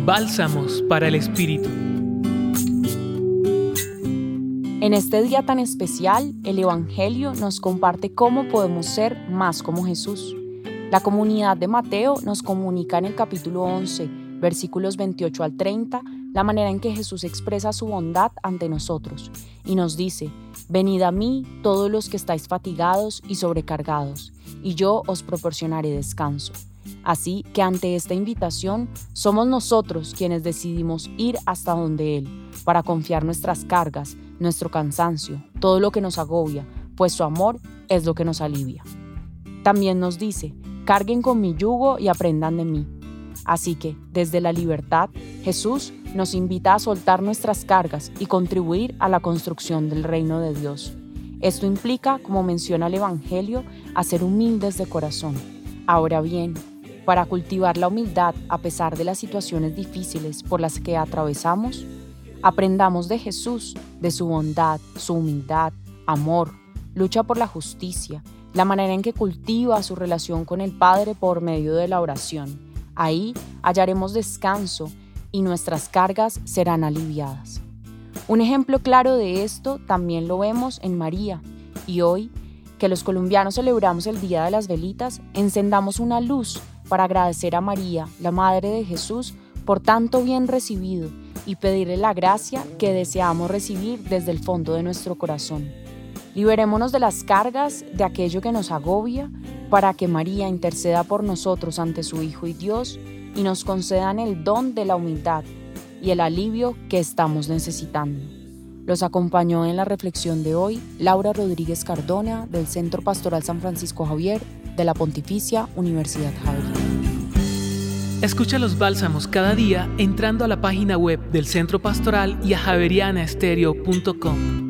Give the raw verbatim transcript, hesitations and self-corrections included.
Bálsamos para el Espíritu. En este día tan especial, el Evangelio nos comparte cómo podemos ser más como Jesús. La comunidad de Mateo nos comunica en el capítulo once, versículos veintiocho al treinta, la manera en que Jesús expresa su bondad ante nosotros y nos dice: «Venid a mí todos los que estáis fatigados y sobrecargados, y yo os proporcionaré descanso». Así que ante esta invitación, somos nosotros quienes decidimos ir hasta donde Él, para confiar nuestras cargas, nuestro cansancio, todo lo que nos agobia, pues su amor es lo que nos alivia. También nos dice: «Carguen con mi yugo y aprendan de mí». Así que, desde la libertad, Jesús nos invita a soltar nuestras cargas y contribuir a la construcción del reino de Dios. Esto implica, como menciona el Evangelio, a ser humildes de corazón. Ahora bien, para cultivar la humildad a pesar de las situaciones difíciles por las que atravesamos, aprendamos de Jesús, de su bondad, su humildad, amor, lucha por la justicia, la manera en que cultiva su relación con el Padre por medio de la oración. Ahí hallaremos descanso y nuestras cargas serán aliviadas. Un ejemplo claro de esto también lo vemos en María, y hoy, que los colombianos celebramos el Día de las Velitas, encendamos una luz para agradecer a María, la Madre de Jesús, por tanto bien recibido y pedirle la gracia que deseamos recibir desde el fondo de nuestro corazón. Liberémonos de las cargas de aquello que nos agobia para que María interceda por nosotros ante su Hijo y Dios y nos concedan el don de la humildad y el alivio que estamos necesitando. Los acompañó en la reflexión de hoy Laura Rodríguez Cardona, del Centro Pastoral San Francisco Javier de la Pontificia Universidad Javeriana. Escucha los bálsamos cada día entrando a la página web del Centro Pastoral y a javeriana estéreo punto com.